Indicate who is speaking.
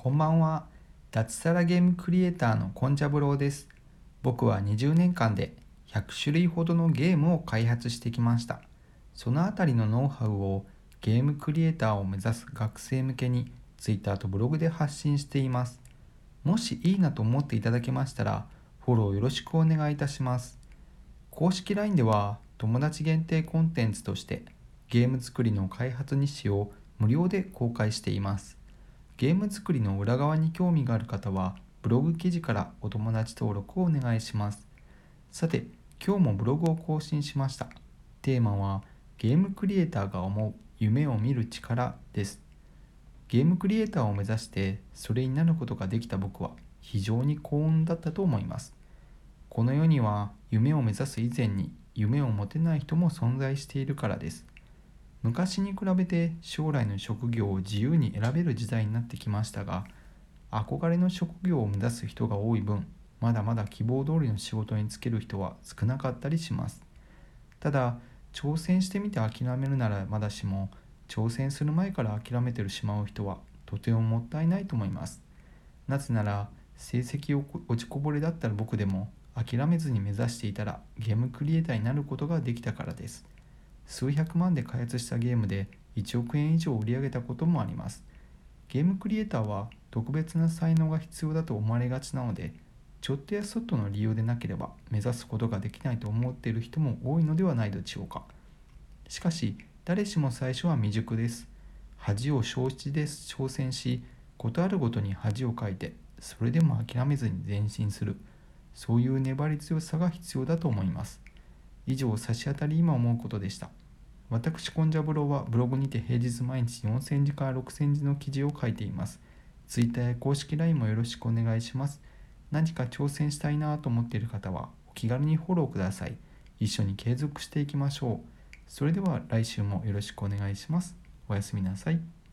Speaker 1: こんばんは。脱サラゲームクリエイターのコンジャブローです。僕は20年間で100種類ほどのゲームを開発してきました。そのあたりのノウハウをゲームクリエイターを目指す学生向けに Twitter とブログで発信しています。もしいいなと思っていただけましたら、フォローよろしくお願いいたします。公式 LINE では友達限定コンテンツとしてゲーム作りの開発日誌を無料で公開しています。ゲーム作りの裏側に興味がある方はブログ記事からお友達登録をお願いします。さて、今日もブログを更新しました。テーマはゲームクリエイターが思う夢を見る力です。ゲームクリエイターを目指してそれになることができた僕は非常に幸運だったと思います。この世には夢を目指す以前に夢を持てない人も存在しているからです。昔に比べて将来の職業を自由に選べる時代になってきましたが、憧れの職業を目指す人が多い分、まだまだ希望通りの仕事に就ける人は少なかったりします。ただ、挑戦してみて諦めるならまだしも、挑戦する前から諦めてしまう人はとてももったいないと思います。なぜなら、成績落ちこぼれだったら僕でも諦めずに目指していたらゲームクリエイターになることができたからです。数百万で開発したゲームで1億円以上売り上げたこともあります。ゲームクリエイターは特別な才能が必要だと思われがちなので、ちょっとやそっとの理由でなければ目指すことができないと思っている人も多いのではないでしょうか。しかし、誰しも最初は未熟です。恥を承知で挑戦し、ことあるごとに恥をかいて、それでも諦めずに前進する。そういう粘り強さが必要だと思います。以上、差し当たり今思うことでした。私、コンジャブロはブログにて平日毎日4000字から6000字の記事を書いています。Twitter や公式 LINE もよろしくお願いします。何か挑戦したいなと思っている方はお気軽にフォローください。一緒に継続していきましょう。それでは来週もよろしくお願いします。おやすみなさい。